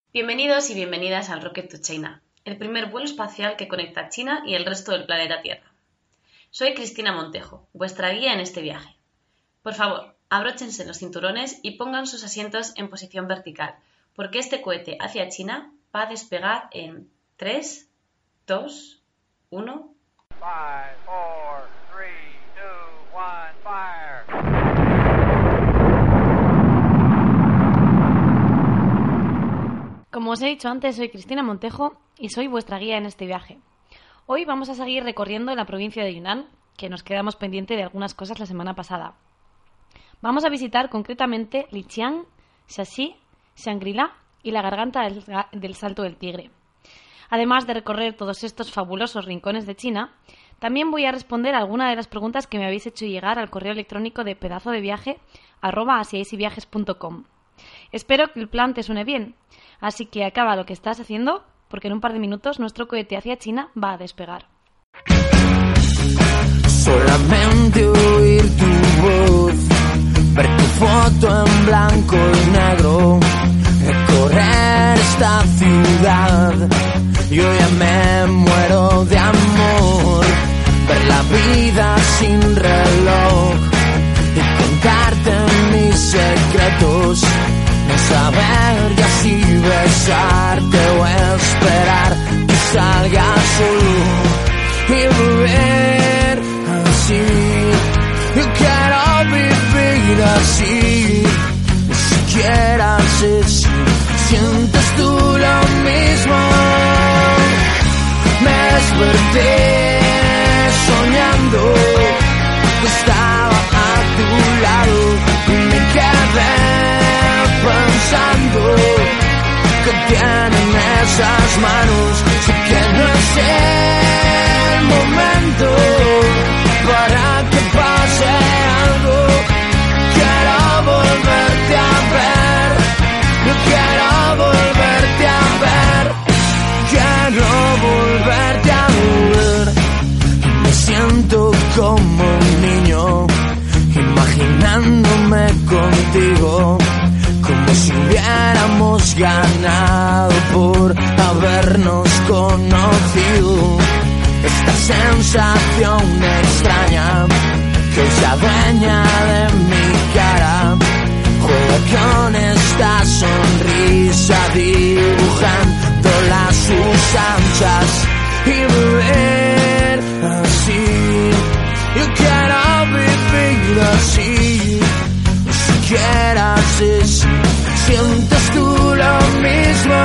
Bienvenidos y bienvenidas al Rocket to China, el primer vuelo espacial que conecta China y el resto del planeta Tierra. Soy Cristina Montejo, vuestra guía en este viaje. Por favor, abróchense los cinturones y pongan sus asientos en posición vertical, porque este cohete hacia China va a despegar en 3, 2, 1... 5, 4, 3, 2, 1, fire! Como os he dicho antes, soy Cristina Montejo y soy vuestra guía en este viaje. Hoy vamos a seguir recorriendo la provincia de Yunnan, que nos quedamos pendiente de algunas cosas la semana pasada. Vamos a visitar concretamente Lijiang, Shaxi, Shangri-La y la garganta del Salto del Tigre. Además de recorrer todos estos fabulosos rincones de China, también voy a responder algunas de las preguntas que me habéis hecho llegar al correo electrónico de pedazodeviaje@asiaisyviajes.com. Espero que el plan te suene bien, así que acaba lo que estás haciendo, porque en un par de minutos nuestro cohete hacia China va a despegar. Solamente oír tu voz, ver tu foto en blanco y negro, recorrer esta ciudad. Yo ya me muero de amor, ver la vida sin reloj y contarte mis secretos, no saber ya si besarte o esperar que salga solo y beber así. Yo quiero vivir así, ni siquiera sé si sientes tú lo mismo. Me desperté soñando que estaba a tu lado y me quedé pensando que tienen esas manos. Sé que no es el momento para que pase algo. Quiero volverte a ver, yo quiero volverte a ver, quiero volverte a ver. Me siento como un niño, imaginándome contigo, como si hubiéramos ganado por habernos conocido. Esta sensación extraña que hoy se adueña de mi cara, juega con esta sonrisa dibujando las sus anchas y beber así. Yo quiero vivir así, ni siquiera sé si sientes tú lo mismo.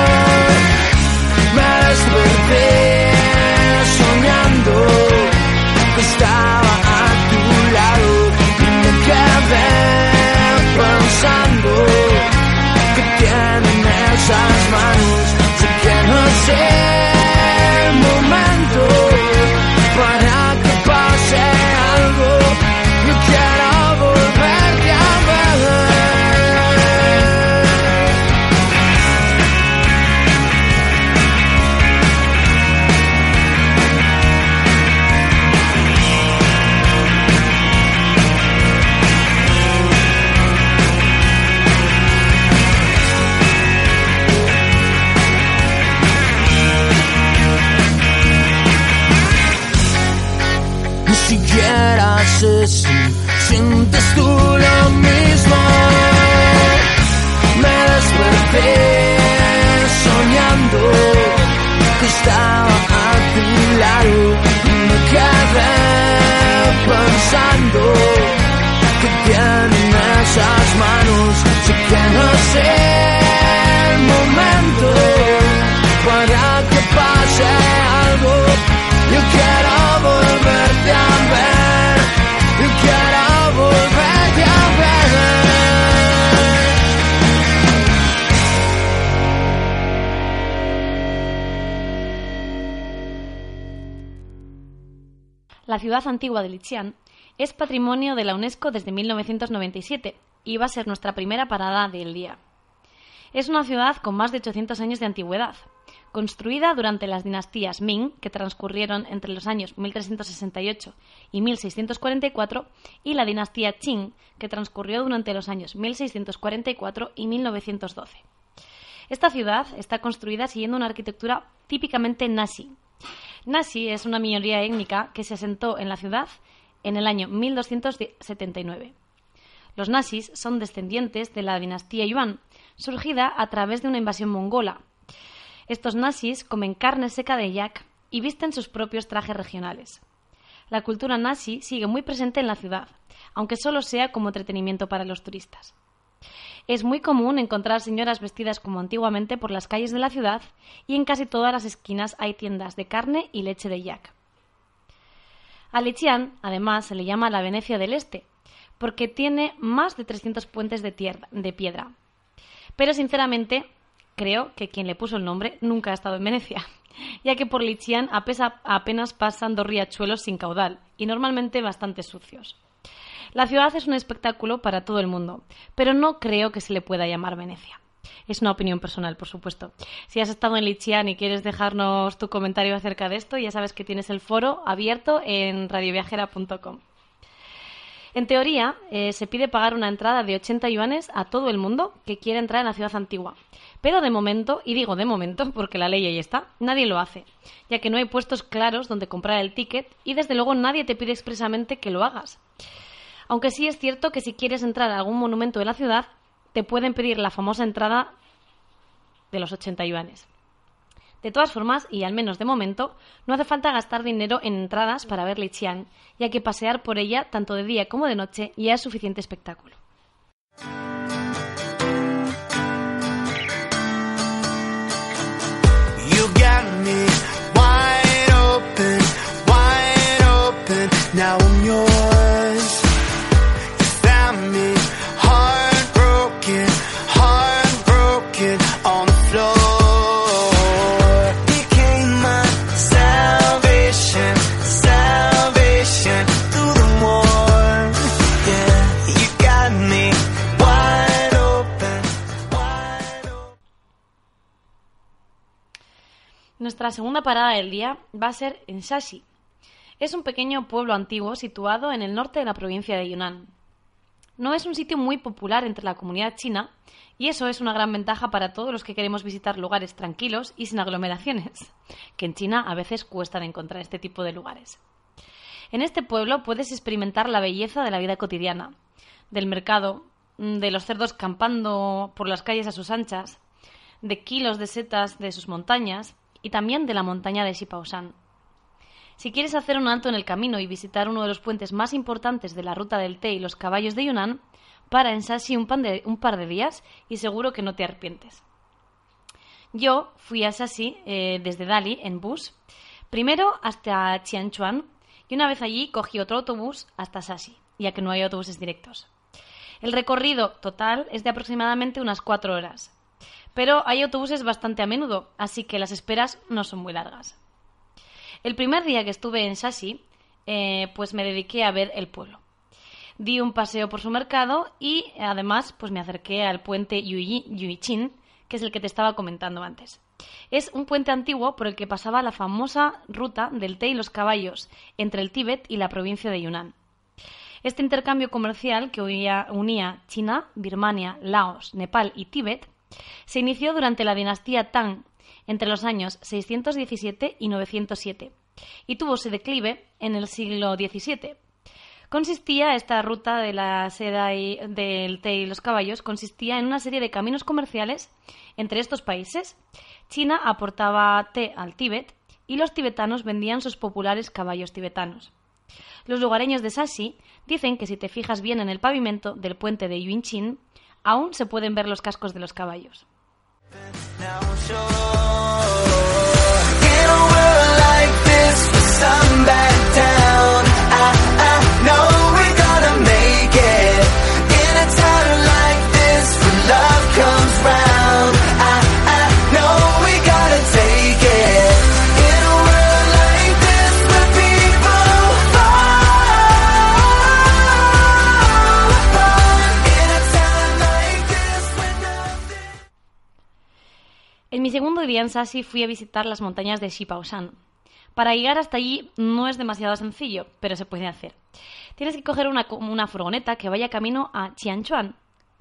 Me desperté soñando que estaba a tu lado y me quedé pensando que tienen esas manos. Sé que no es el momento para que pase algo. Yo quiero volverte a ver. Ni siquiera sé si sientes tú lo mismo. Me desperté soñando que estaba a tu lado y me quedé pensando que tienen esas manos. Sé que no es el momento para que pase algo. Yo quiero volverte a ver, yo quiero volverte a ver. La ciudad antigua de Lijiang es patrimonio de la UNESCO desde 1997 y va a ser nuestra primera parada del día. Es una ciudad con más de 800 años de antigüedad, construida durante las dinastías Ming, que transcurrieron entre los años 1368 y 1644, y la dinastía Qing, que transcurrió durante los años 1644 y 1912. Esta ciudad está construida siguiendo una arquitectura típicamente nazi. Nazi es una minoría étnica que se asentó en la ciudad en el año 1279. Los nazis son descendientes de la dinastía Yuan, surgida a través de una invasión mongola. Estos nazis comen carne seca de yak y visten sus propios trajes regionales. La cultura nazi sigue muy presente en la ciudad, aunque solo sea como entretenimiento para los turistas. Es muy común encontrar señoras vestidas como antiguamente por las calles de la ciudad y en casi todas las esquinas hay tiendas de carne y leche de yak. A Lijian, además, se le llama la Venecia del Este, porque tiene más de 300 puentes de piedra. Pero, sinceramente, creo que quien le puso el nombre nunca ha estado en Venecia, ya que por Lijian apenas pasan 2 riachuelos sin caudal y normalmente bastante sucios. La ciudad es un espectáculo para todo el mundo, pero no creo que se le pueda llamar Venecia. Es una opinión personal, por supuesto. Si has estado en Lijian y quieres dejarnos tu comentario acerca de esto, ya sabes que tienes el foro abierto en radioviajera.com. En teoría, se pide pagar una entrada de 80 yuanes a todo el mundo que quiera entrar en la ciudad antigua. Pero de momento, y digo de momento porque la ley ahí está, nadie lo hace, ya que no hay puestos claros donde comprar el ticket y desde luego nadie te pide expresamente que lo hagas. Aunque sí es cierto que si quieres entrar a algún monumento de la ciudad, te pueden pedir la famosa entrada de los 80 yuanes. De todas formas, y al menos de momento, no hace falta gastar dinero en entradas para ver Lijian, ya que pasear por ella tanto de día como de noche ya es suficiente espectáculo. You got me wide open, now I'm yours. You found me heartbroken on the floor. Became my salvation through the war. Yeah, you got me wide open. Nuestra segunda parada del día va a ser en Shaxi. Es un pequeño pueblo antiguo situado en el norte de la provincia de Yunnan. No es un sitio muy popular entre la comunidad china y eso es una gran ventaja para todos los que queremos visitar lugares tranquilos y sin aglomeraciones, que en China a veces cuestan encontrar este tipo de lugares. En este pueblo puedes experimentar la belleza de la vida cotidiana, del mercado, de los cerdos campando por las calles a sus anchas, de kilos de setas de sus montañas y también de la montaña de Xipaoshan. Si quieres hacer un alto en el camino y visitar uno de los puentes más importantes de la ruta del té y los caballos de Yunnan, para en Shaxi un par de días y seguro que no te arrepientes. Yo fui a Shaxi desde Dali en bus, primero hasta Qianchuan y una vez allí cogí otro autobús hasta Shaxi, ya que no hay autobuses directos. El recorrido total es de aproximadamente unas 4 horas, pero hay autobuses bastante a menudo, así que las esperas no son muy largas. El primer día que estuve en Shaxi, pues me dediqué a ver el pueblo. Di un paseo por su mercado y además pues me acerqué al puente Yuiqing, que es el que te estaba comentando antes. Es un puente antiguo por el que pasaba la famosa ruta del té y los caballos entre el Tíbet y la provincia de Yunnan. Este intercambio comercial que unía China, Birmania, Laos, Nepal y Tíbet se inició durante la dinastía Tang entre los años 617 y 907 y tuvo su declive en el siglo XVII. Esta ruta de la seda y del té y los caballos consistía en una serie de caminos comerciales entre estos países. China aportaba té al Tíbet y los tibetanos vendían sus populares caballos tibetanos. Los lugareños de Shaxi dicen que si te fijas bien en el pavimento del puente de Yuiqing, aún se pueden ver los cascos de los caballos. En mi segundo día en Shaxi fui a visitar las montañas de Xipaoshan. Para llegar hasta allí no es demasiado sencillo, pero se puede hacer. Tienes que coger una furgoneta que vaya camino a Qianchuan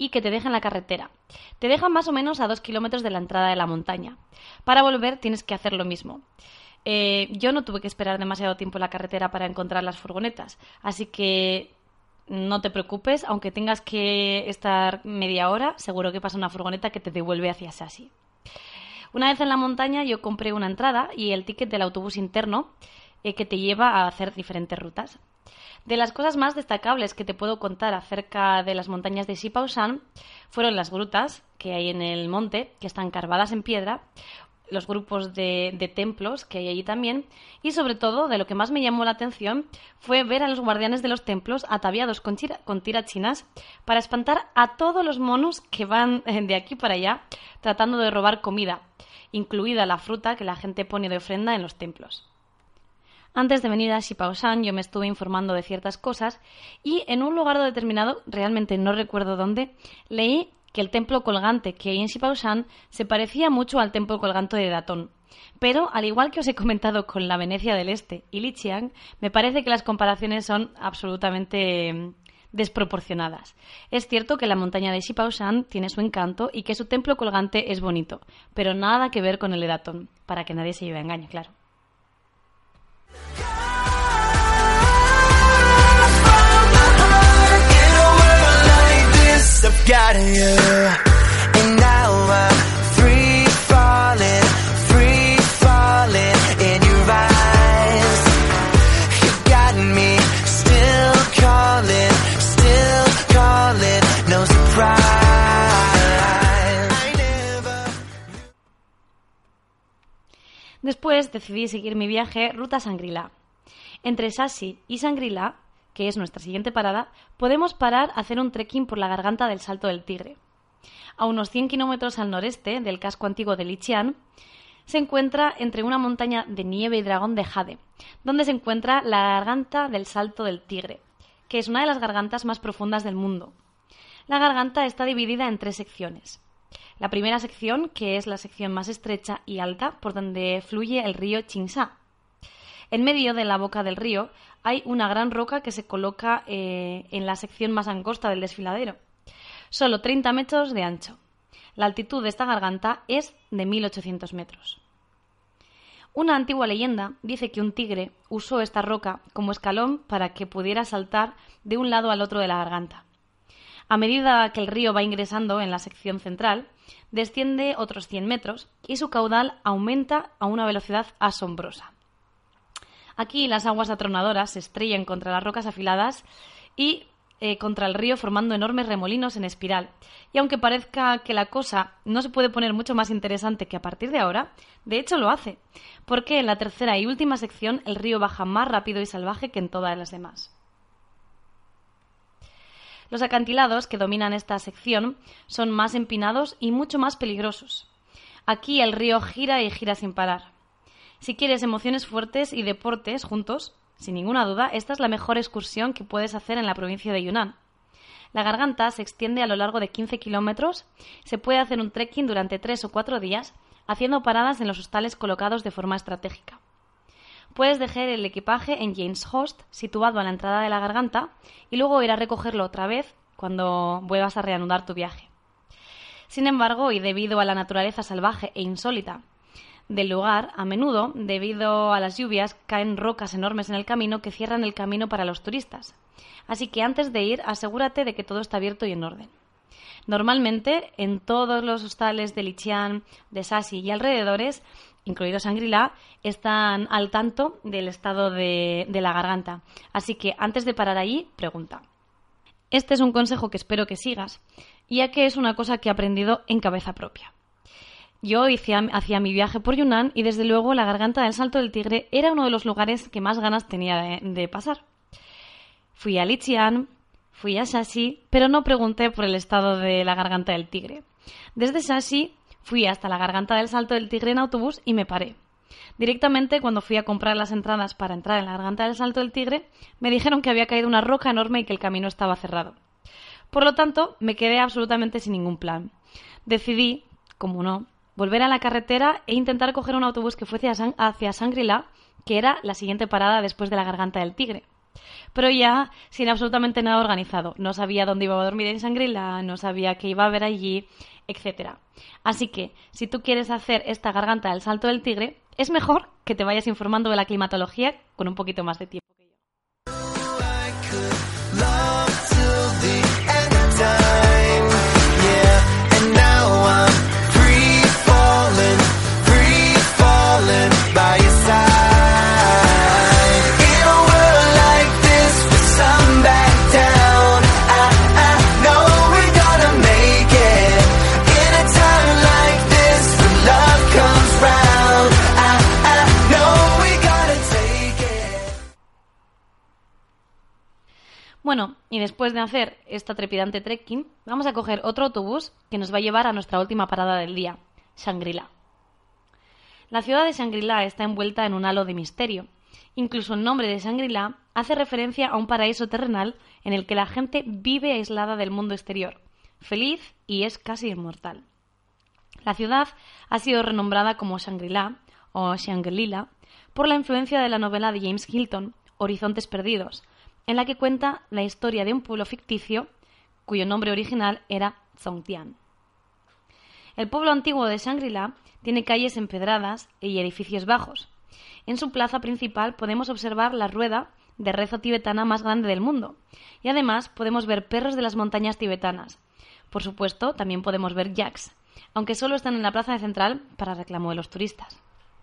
y que te deja en la carretera. Te deja más o menos a 2 kilómetros de la entrada de la montaña. Para volver tienes que hacer lo mismo. Yo no tuve que esperar demasiado tiempo en la carretera para encontrar las furgonetas, así que no te preocupes, aunque tengas que estar media hora, seguro que pasa una furgoneta que te devuelve hacia Shashi. Una vez en la montaña yo compré una entrada y el ticket del autobús interno que te lleva a hacer diferentes rutas. De las cosas más destacables que te puedo contar acerca de las montañas de Shipao-shan fueron las grutas que hay en el monte, que están carvadas en piedra, los grupos de templos que hay allí también, y sobre todo, de lo que más me llamó la atención, fue ver a los guardianes de los templos ataviados con tirachinas para espantar a todos los monos que van de aquí para allá tratando de robar comida, incluida la fruta que la gente pone de ofrenda en los templos. Antes de venir a Shipao-shan yo me estuve informando de ciertas cosas y en un lugar determinado, realmente no recuerdo dónde, leí que el templo colgante que hay en Shipao-shan se parecía mucho al templo colgante de Datón. Pero, al igual que os he comentado con la Venecia del Este y Lijiang, me parece que las comparaciones son absolutamente desproporcionadas. Es cierto que la montaña de Shipao-shan tiene su encanto y que su templo colgante es bonito, pero nada que ver con el de Datón, para que nadie se lleve a engaño, claro. I've got you, and now I'm free falling in your eyes. You got me still calling, no surprise. Después decidí seguir mi viaje ruta Shangri-La. Entre Shashi y Shangri-La, que es nuestra siguiente parada, podemos parar a hacer un trekking por la garganta del Salto del Tigre. A unos 100 kilómetros al noreste del casco antiguo de Lijiang, se encuentra entre una montaña de nieve y dragón de jade, donde se encuentra la garganta del Salto del Tigre, que es una de las gargantas más profundas del mundo. La garganta está dividida en 3 secciones. La primera sección, que es la sección más estrecha y alta, por donde fluye el río Chingsha. En medio de la boca del río hay una gran roca que se coloca en la sección más angosta del desfiladero. Solo 30 metros de ancho. La altitud de esta garganta es de 1800 metros. Una antigua leyenda dice que un tigre usó esta roca como escalón para que pudiera saltar de un lado al otro de la garganta. A medida que el río va ingresando en la sección central, desciende otros 100 metros y su caudal aumenta a una velocidad asombrosa. Aquí las aguas atronadoras se estrellan contra las rocas afiladas y contra el río formando enormes remolinos en espiral. Y aunque parezca que la cosa no se puede poner mucho más interesante que a partir de ahora, de hecho lo hace, porque en la tercera y última sección el río baja más rápido y salvaje que en todas las demás. Los acantilados que dominan esta sección son más empinados y mucho más peligrosos. Aquí el río gira y gira sin parar. Si quieres emociones fuertes y deportes juntos, sin ninguna duda, esta es la mejor excursión que puedes hacer en la provincia de Yunnan. La garganta se extiende a lo largo de 15 kilómetros, se puede hacer un trekking durante 3 o 4 días, haciendo paradas en los hostales colocados de forma estratégica. Puedes dejar el equipaje en James Host, situado a la entrada de la garganta, y luego ir a recogerlo otra vez cuando vuelvas a reanudar tu viaje. Sin embargo, y debido a la naturaleza salvaje e insólita del lugar, a menudo, debido a las lluvias, caen rocas enormes en el camino que cierran el camino para los turistas. Así que antes de ir, asegúrate de que todo está abierto y en orden. Normalmente, en todos los hostales de Lijiang, de Shashi y alrededores, incluido Shangri-La, están al tanto del estado de la garganta. Así que antes de parar allí, pregunta. Este es un consejo que espero que sigas, ya que es una cosa que he aprendido en cabeza propia. Yo hacía mi viaje por Yunnan y desde luego la garganta del Salto del Tigre era uno de los lugares que más ganas tenía de pasar. Fui a Lijiang, fui a Shashi, pero no pregunté por el estado de la garganta del Tigre. Desde Shashi fui hasta la garganta del Salto del Tigre en autobús y me paré. Directamente, cuando fui a comprar las entradas para entrar en la garganta del Salto del Tigre, me dijeron que había caído una roca enorme y que el camino estaba cerrado. Por lo tanto, me quedé absolutamente sin ningún plan. Decidí, como no, volver a la carretera e intentar coger un autobús que fuese hacia Shangri-La, que era la siguiente parada después de la garganta del Tigre. Pero ya sin absolutamente nada organizado. No sabía dónde iba a dormir en Shangri-La, no sabía qué iba a haber allí, etc. Así que, si tú quieres hacer esta garganta del Salto del Tigre, es mejor que te vayas informando de la climatología con un poquito más de tiempo que yo. Bueno, y después de hacer esta trepidante trekking, vamos a coger otro autobús que nos va a llevar a nuestra última parada del día, Shangri-La. La ciudad de Shangri-La está envuelta en un halo de misterio. Incluso el nombre de Shangri-La hace referencia a un paraíso terrenal en el que la gente vive aislada del mundo exterior, feliz y es casi inmortal. La ciudad ha sido renombrada como Shangri-La o Shangri-La por la influencia de la novela de James Hilton, Horizontes Perdidos, en la que cuenta la historia de un pueblo ficticio cuyo nombre original era Songtian. El pueblo antiguo de Shangri-La tiene calles empedradas y edificios bajos. En su plaza principal podemos observar la rueda de rezo tibetana más grande del mundo y además podemos ver perros de las montañas tibetanas. Por supuesto, también podemos ver yaks, aunque solo están en la plaza central para reclamo de los turistas.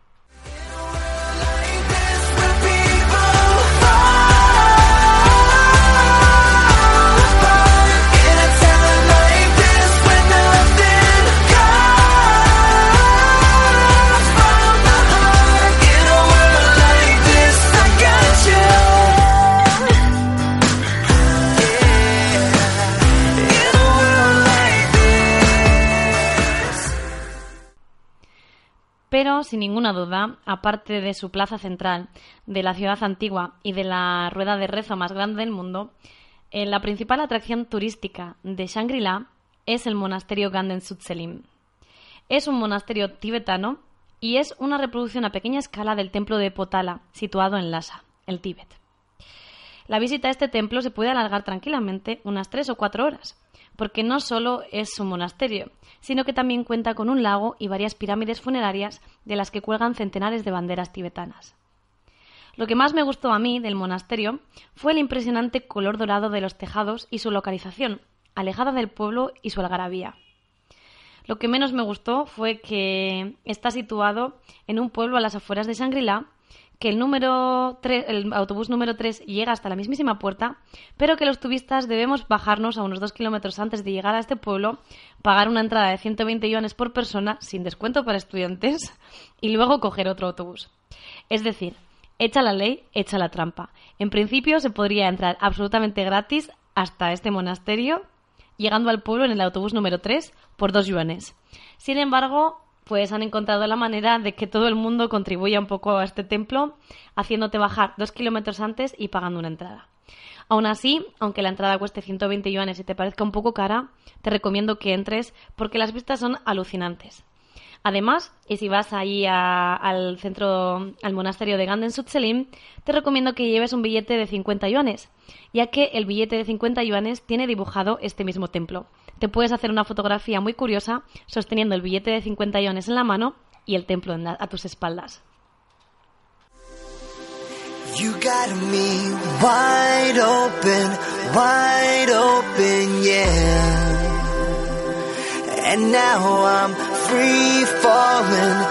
Pero, sin ninguna duda, aparte de su plaza central, de la ciudad antigua y de la rueda de rezo más grande del mundo, la principal atracción turística de Shangri-La es el monasterio Ganden Sutselim. Es un monasterio tibetano y es una reproducción a pequeña escala del templo de Potala, situado en Lhasa, el Tíbet. La visita a este templo se puede alargar tranquilamente unas 3 o 4 horas, porque no solo es un monasterio, sino que también cuenta con un lago y varias pirámides funerarias de las que cuelgan centenares de banderas tibetanas. Lo que más me gustó a mí del monasterio fue el impresionante color dorado de los tejados y su localización, alejada del pueblo y su algarabía. Lo que menos me gustó fue que está situado en un pueblo a las afueras de Shangri-La, que el autobús número 3 llega hasta la mismísima puerta, pero que los turistas debemos bajarnos a unos 2 kilómetros antes de llegar a este pueblo, pagar una entrada de 120 yuanes por persona, sin descuento para estudiantes, y luego coger otro autobús. Es decir, hecha la ley, hecha la trampa. En principio se podría entrar absolutamente gratis hasta este monasterio, llegando al pueblo en el autobús número 3 por 2 yuanes. Sin embargo, pues han encontrado la manera de que todo el mundo contribuya un poco a este templo, haciéndote bajar 2 kilómetros antes y pagando una entrada. Aún así, aunque la entrada cueste 120 yuanes y te parezca un poco cara, te recomiendo que entres porque las vistas son alucinantes. Además, y si vas allí al monasterio de Ganden Sutselim, te recomiendo que lleves un billete de 50 yuanes, ya que el billete de 50 yuanes tiene dibujado este mismo templo. Te puedes hacer una fotografía muy curiosa sosteniendo el billete de 50 yuanes en la mano y el templo a tus espaldas. You got me wide open, yeah. And now I'm free falling.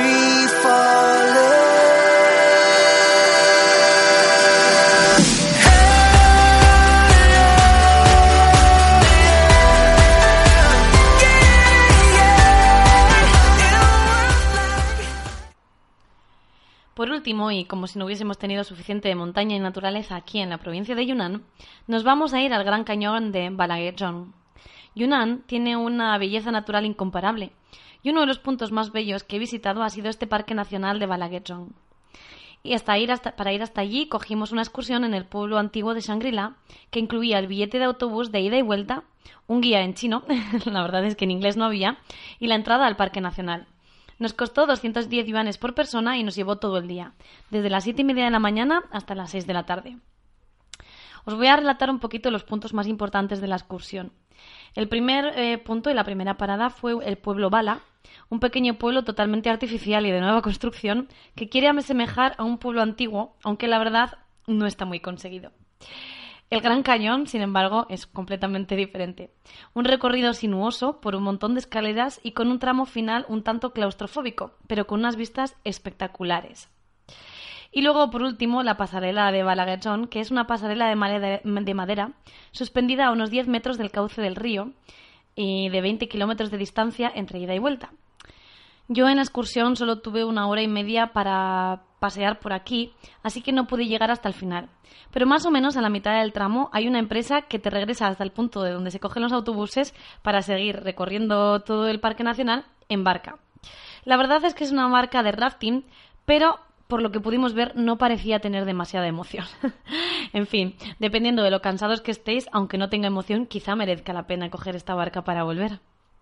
Por último, y como si no hubiésemos tenido suficiente de montaña y naturaleza aquí en la provincia de Yunnan, nos vamos a ir al Gran Cañón de Balaguerjong. Yunnan tiene una belleza natural incomparable, y uno de los puntos más bellos que he visitado ha sido este Parque Nacional de Balaguerjong. Y para ir hasta allí cogimos una excursión en el pueblo antiguo de Shangri-La, que incluía el billete de autobús de ida y vuelta, un guía en chino, la verdad es que en inglés no había, y la entrada al Parque Nacional. Nos costó 210 yuanes por persona y nos llevó todo el día, desde las 7:30 de la mañana hasta las 6 de la tarde. Os voy a relatar un poquito los puntos más importantes de la excursión. El primer punto y la primera parada fue el pueblo Bala, un pequeño pueblo totalmente artificial y de nueva construcción que quiere asemejar a un pueblo antiguo, aunque la verdad no está muy conseguido. El Gran Cañón, sin embargo, es completamente diferente. Un recorrido sinuoso por un montón de escaleras y con un tramo final un tanto claustrofóbico, pero con unas vistas espectaculares. Y luego, por último, la pasarela de Balaguerson, que es una pasarela de madera suspendida a unos 10 metros del cauce del río y de 20 kilómetros de distancia entre ida y vuelta. Yo en la excursión solo tuve 1 hora y media para pasear por aquí, así que no pude llegar hasta el final. Pero más o menos a la mitad del tramo hay una empresa que te regresa hasta el punto de donde se cogen los autobuses para seguir recorriendo todo el Parque Nacional en barca. La verdad es que es una barca de rafting, pero por lo que pudimos ver no parecía tener demasiada emoción. En fin, dependiendo de lo cansados que estéis, aunque no tenga emoción, quizá merezca la pena coger esta barca para volver.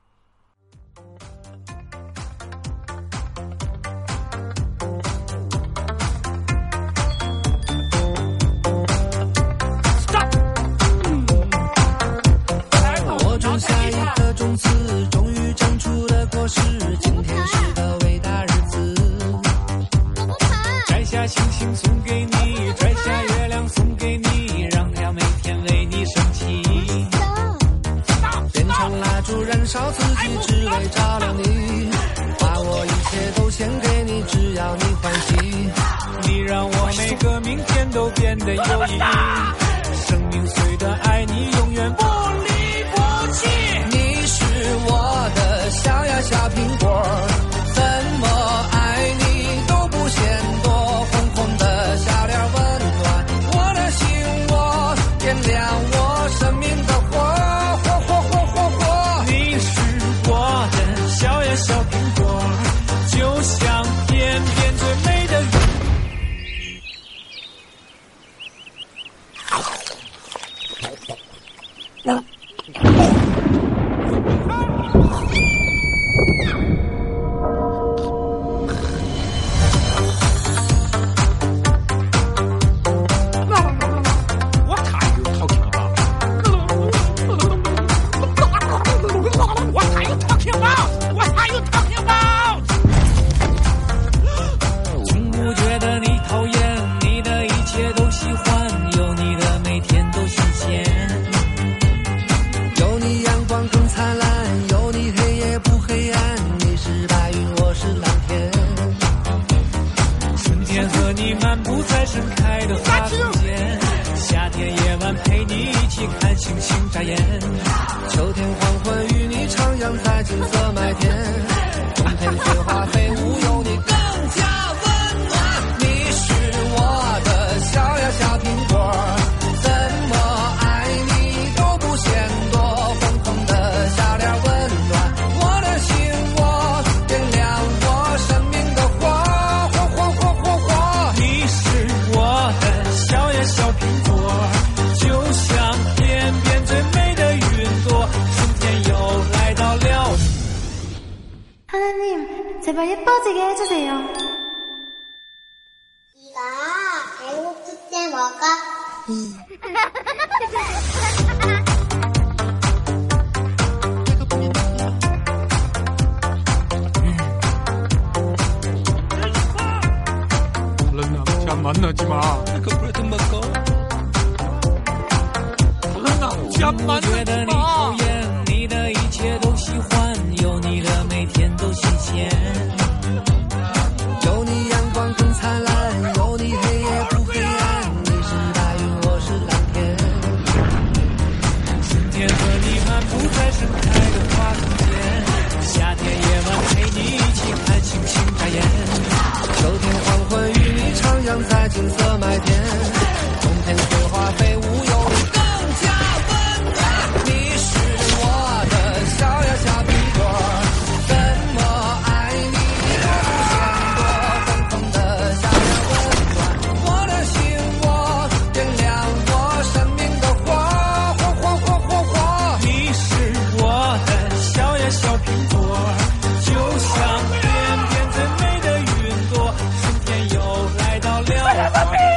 제발 예뻐지게 해주세요. 이거 배고플 때 먹어. 다른 남자 만나지 마. 그 브레드 먹어. 다른 남자 만나지 마. 你的一切都喜欢，有你的每天都新鲜，有你阳光更灿烂，有你黑夜不黑暗，你是白云，我是蓝天。春天和你漫步在盛开的花丛间，夏天夜晚陪你一起看星星眨眼，秋天黄昏与你徜徉在金色麦田，冬天雪花飞舞有你更加温暖，你是我的小呀小苹果，怎么爱你都不嫌多，疯狂的小呀温暖我的心窝，点亮我生命的火，火火火火火，你是我的小呀小苹果，就像天边最美的云朵，春天又来到了。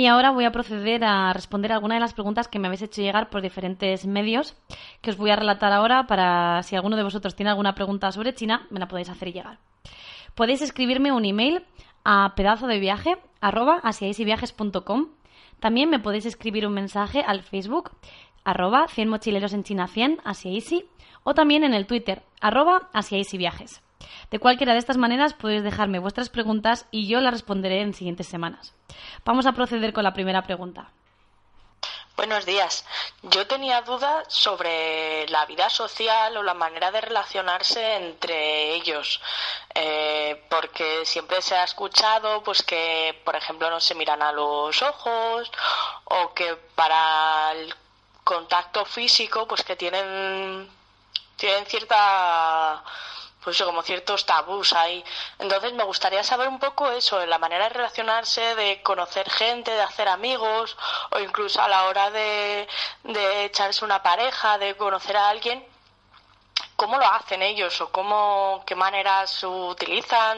ahora voy a proceder a responder algunas de las preguntas que me habéis hecho llegar por diferentes medios, que os voy a relatar ahora para si alguno de vosotros tiene alguna pregunta sobre China, me la podéis hacer llegar. Podéis escribirme un email a pedazodeviaje@asiaisyviajes.com. También me podéis escribir un mensaje al Facebook @100 mochileros en China 100 asiaisi, o también en el Twitter @asiaisyviajes. De cualquiera de estas maneras podéis dejarme vuestras preguntas y yo las responderé en siguientes semanas. Vamos a proceder con la primera pregunta. Buenos días. Yo tenía dudas sobre la vida social o la manera de relacionarse entre ellos, porque siempre se ha escuchado pues que, por ejemplo, no se miran a los ojos, o que para el contacto físico pues que tienen cierta, pues como ciertos tabús ahí. Entonces me gustaría saber un poco eso, la manera de relacionarse, de conocer gente, de hacer amigos, o incluso a la hora de echarse una pareja, de conocer a alguien, cómo lo hacen ellos o qué maneras utilizan.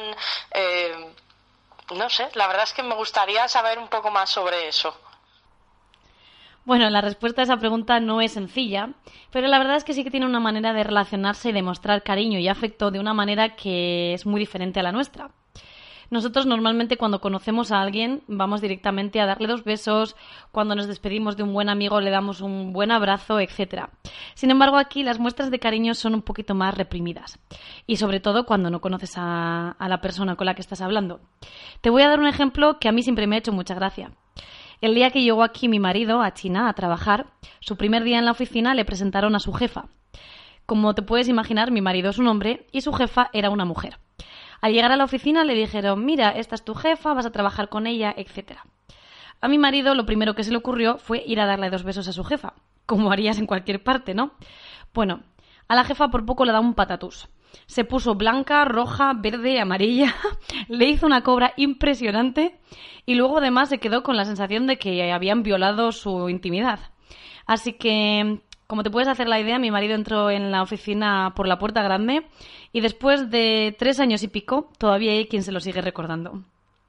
No sé, la verdad es que me gustaría saber un poco más sobre eso. Bueno, la respuesta a esa pregunta no es sencilla, pero la verdad es que sí que tiene una manera de relacionarse y de mostrar cariño y afecto de una manera que es muy diferente a la nuestra. Nosotros normalmente cuando conocemos a alguien vamos directamente a darle 2 besos, cuando nos despedimos de un buen amigo le damos un buen abrazo, etc. Sin embargo, aquí las muestras de cariño son un poquito más reprimidas, y sobre todo cuando no conoces a la persona con la que estás hablando. Te voy a dar un ejemplo que a mí siempre me ha hecho mucha gracia. El día que llegó aquí mi marido a China a trabajar, su primer día en la oficina le presentaron a su jefa. Como te puedes imaginar, mi marido es un hombre y su jefa era una mujer. Al llegar a la oficina le dijeron, mira, esta es tu jefa, vas a trabajar con ella, etc. A mi marido lo primero que se le ocurrió fue ir a darle 2 besos a su jefa, como harías en cualquier parte, ¿no? Bueno, a la jefa por poco le da un patatús. Se puso blanca, roja, verde, amarilla, le hizo una cobra impresionante y luego además se quedó con la sensación de que habían violado su intimidad. Así que, como te puedes hacer la idea, mi marido entró en la oficina por la puerta grande y después de 3 años y pico todavía hay quien se lo sigue recordando.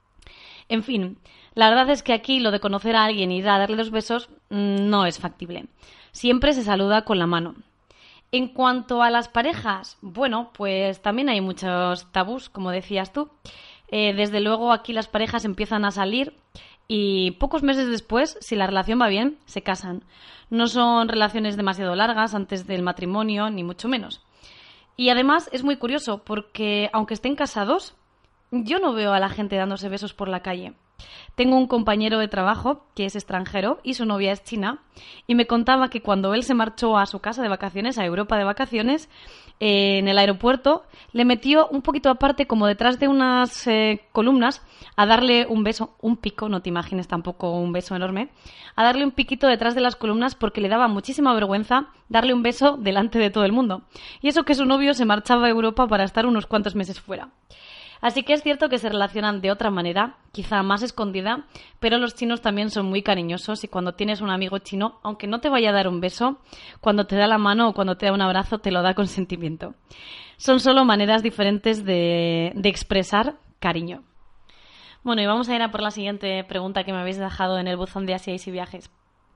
En fin, la verdad es que aquí lo de conocer a alguien y ir a darle 2 besos no es factible. Siempre se saluda con la mano. En cuanto a las parejas, bueno, pues también hay muchos tabús, como decías tú. Desde luego aquí las parejas empiezan a salir y pocos meses después, si la relación va bien, se casan. No son relaciones demasiado largas antes del matrimonio, ni mucho menos. Y además es muy curioso porque, aunque estén casados, yo no veo a la gente dándose besos por la calle. Tengo un compañero de trabajo que es extranjero y su novia es china y me contaba que cuando él se marchó a su casa de vacaciones, a Europa de vacaciones, en el aeropuerto le metió un poquito aparte, como detrás de unas columnas, a darle un beso, un pico, no te imagines tampoco un beso enorme, a darle un piquito detrás de las columnas porque le daba muchísima vergüenza darle un beso delante de todo el mundo. Y eso que su novio se marchaba a Europa para estar unos cuantos meses fuera. Así que es cierto que se relacionan de otra manera, quizá más escondida, pero los chinos también son muy cariñosos y cuando tienes un amigo chino, aunque no te vaya a dar un beso, cuando te da la mano o cuando te da un abrazo te lo da con sentimiento. Son solo maneras diferentes de expresar cariño. Bueno, y vamos a ir a por la siguiente pregunta que me habéis dejado en el buzón de Asiaisi Viajes.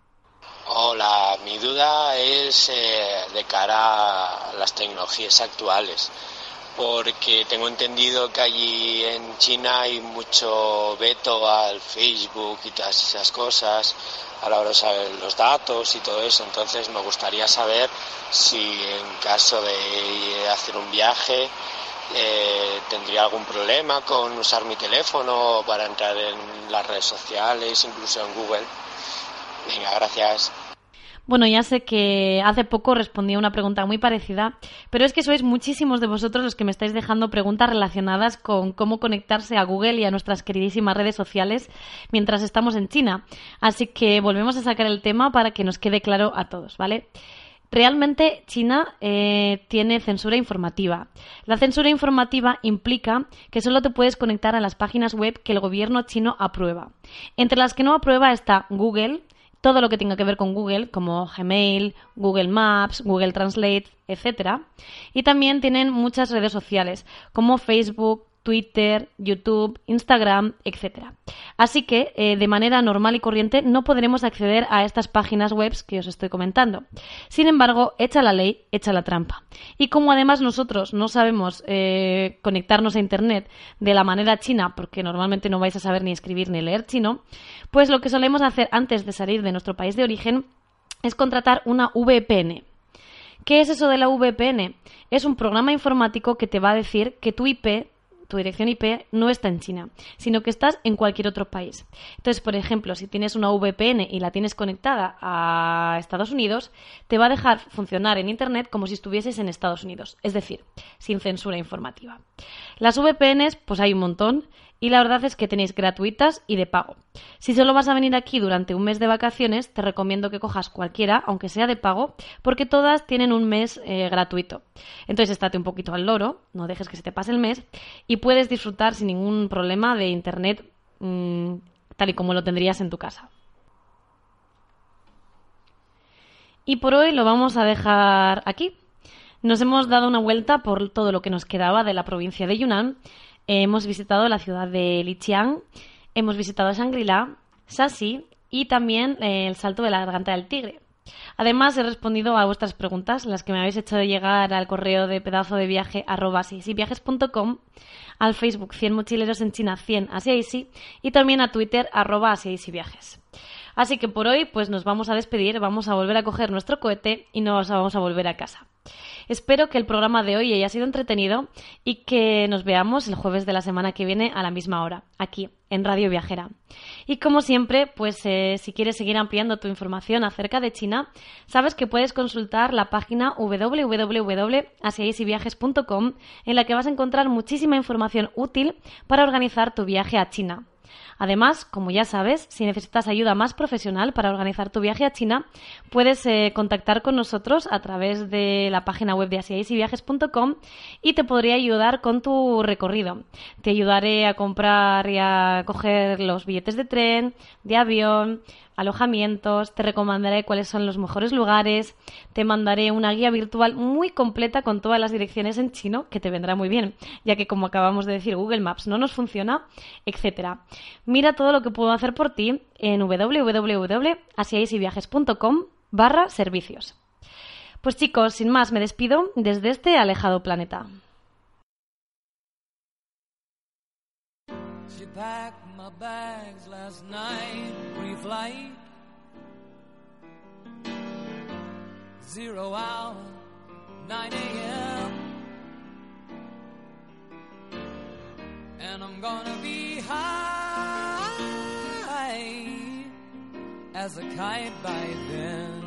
Hola, mi duda es de cara a las tecnologías actuales. Porque tengo entendido que allí en China hay mucho veto al Facebook y todas esas cosas a la hora de saber los datos y todo eso. Entonces me gustaría saber si en caso de hacer un viaje tendría algún problema con usar mi teléfono para entrar en las redes sociales, incluso en Google. Venga, gracias. Bueno, ya sé que hace poco respondí a una pregunta muy parecida, pero es que sois muchísimos de vosotros los que me estáis dejando preguntas relacionadas con cómo conectarse a Google y a nuestras queridísimas redes sociales mientras estamos en China. Así que volvemos a sacar el tema para que nos quede claro a todos, ¿vale? Realmente China tiene censura informativa. La censura informativa implica que solo te puedes conectar a las páginas web que el gobierno chino aprueba. Entre las que no aprueba está Google, todo lo que tenga que ver con Google, como Gmail, Google Maps, Google Translate, etc. Y también tienen muchas redes sociales, como Facebook, Twitter, YouTube, Instagram, etc. Así que, de manera normal y corriente, no podremos acceder a estas páginas web que os estoy comentando. Sin embargo, hecha la ley, hecha la trampa. Y como además nosotros no sabemos conectarnos a Internet de la manera china, porque normalmente no vais a saber ni escribir ni leer chino, pues lo que solemos hacer antes de salir de nuestro país de origen es contratar una VPN. ¿Qué es eso de la VPN? Es un programa informático que te va a decir que tu IP, tu dirección IP, no está en China, sino que estás en cualquier otro país. Entonces, por ejemplo, si tienes una VPN y la tienes conectada a Estados Unidos, te va a dejar funcionar en Internet como si estuvieses en Estados Unidos, es decir, sin censura informativa. Las VPNs, pues hay un montón, y la verdad es que tenéis gratuitas y de pago. Si solo vas a venir aquí durante un mes de vacaciones, te recomiendo que cojas cualquiera, aunque sea de pago, porque todas tienen un mes gratuito. Entonces, estate un poquito al loro, no dejes que se te pase el mes, y puedes disfrutar sin ningún problema de Internet tal y como lo tendrías en tu casa. Y por hoy lo vamos a dejar aquí. Nos hemos dado una vuelta por todo lo que nos quedaba de la provincia de Yunnan. Hemos visitado la ciudad de Lijiang, hemos visitado Shangri-La, Shaxi y también el Salto de la Garganta del Tigre. Además, he respondido a vuestras preguntas, las que me habéis hecho llegar al correo de pedazodeviaje@asiaisyviajes.com, al Facebook 100 mochileros en China 100 asiaisy y también a Twitter @asiaisyviajes. Así que por hoy pues nos vamos a despedir, vamos a volver a coger nuestro cohete y nos vamos a volver a casa. Espero que el programa de hoy haya sido entretenido y que nos veamos el jueves de la semana que viene a la misma hora, aquí, en Radio Viajera. Y como siempre, pues si quieres seguir ampliando tu información acerca de China, sabes que puedes consultar la página www.asiaisyviajes.com, en la que vas a encontrar muchísima información útil para organizar tu viaje a China. Además, como ya sabes, si necesitas ayuda más profesional para organizar tu viaje a China, puedes contactar con nosotros a través de la página web de asiaisyviajes.com y te podría ayudar con tu recorrido. Te ayudaré a comprar y a coger los billetes de tren, de avión, alojamientos, te recomendaré cuáles son los mejores lugares, te mandaré una guía virtual muy completa con todas las direcciones en chino, que te vendrá muy bien, ya que como acabamos de decir, Google Maps no nos funciona, etc. Mira todo lo que puedo hacer por ti en www.asiaisyviajes.com/servicios. Pues chicos, sin más, me despido desde este alejado planeta. She packed my bags last night, pre-flight, 0 hour, 9 a.m. And I'm gonna be high as a kite by then.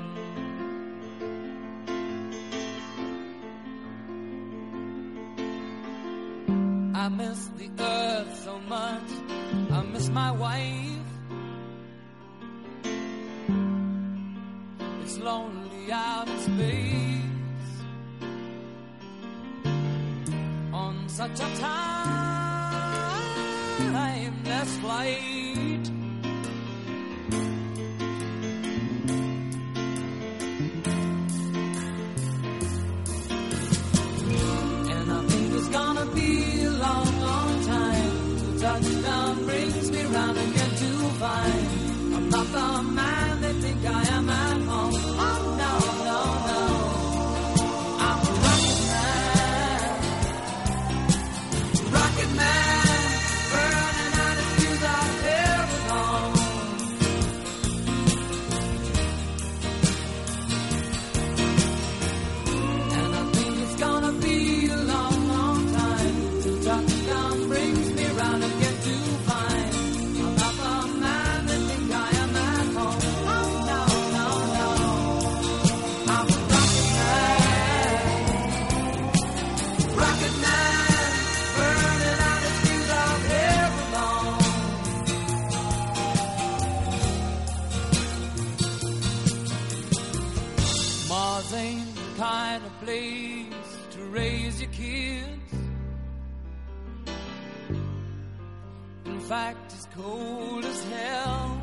I miss the earth so much, I miss my wife. It's lonely out in space on such a timeless flight. And I think it's gonna be a long, long time till touchdown brings me round again to find I'm not the man they think I am at home. Oh no, no, no, I'm a rocket man, burning out his fuse out there alone. And I think it's gonna be a long, long time till touchdown brings me round again to find I'm not the man they think I am at home. Oh no, no, no, I'm a rocket man, burning out his fuse out here alone. Mars ain't the kind of place to raise your kids. In fact, it's cold as hell.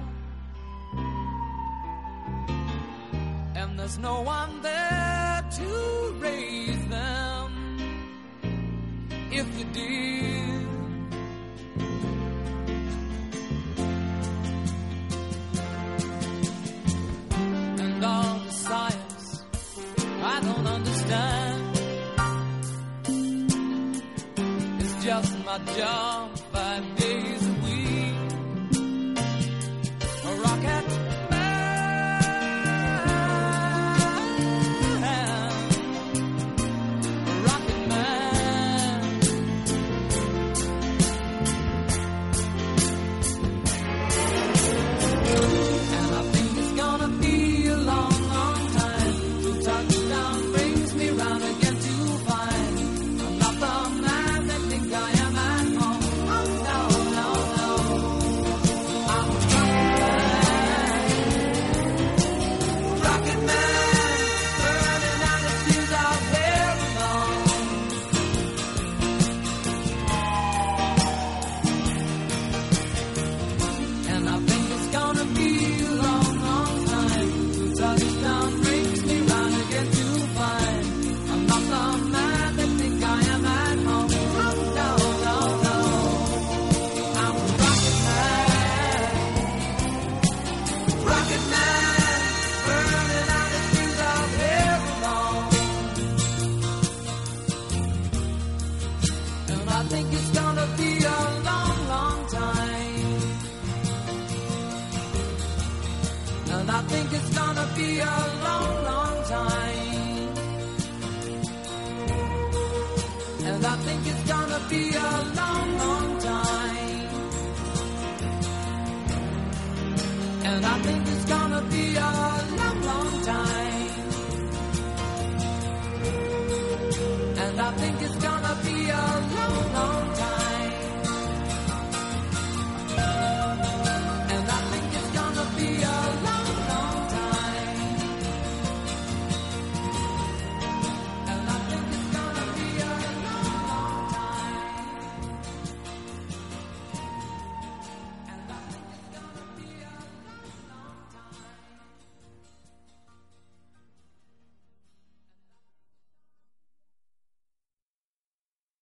And there's no one there to raise them. If you did, odd job 5 days a week. A rocket man, a rocket man. And I think it's gonna be a long, long time till touchdown brings me round again to find I'm not the man that think I am at home. Oh no, no, no, I'm a rocket man, burning out the fuse out there alone. And I think it's gonna be a long, long time till touchdown brings me round again to find I'm not the man that think I am at home. Oh no, no, no, I'm a rocket man, burning out the fuse out there alone. And I think it's gonna be a long, long time. And I think it's gonna be a long, long time. And I think it's gonna be a long, long time. And I think it's gonna be a long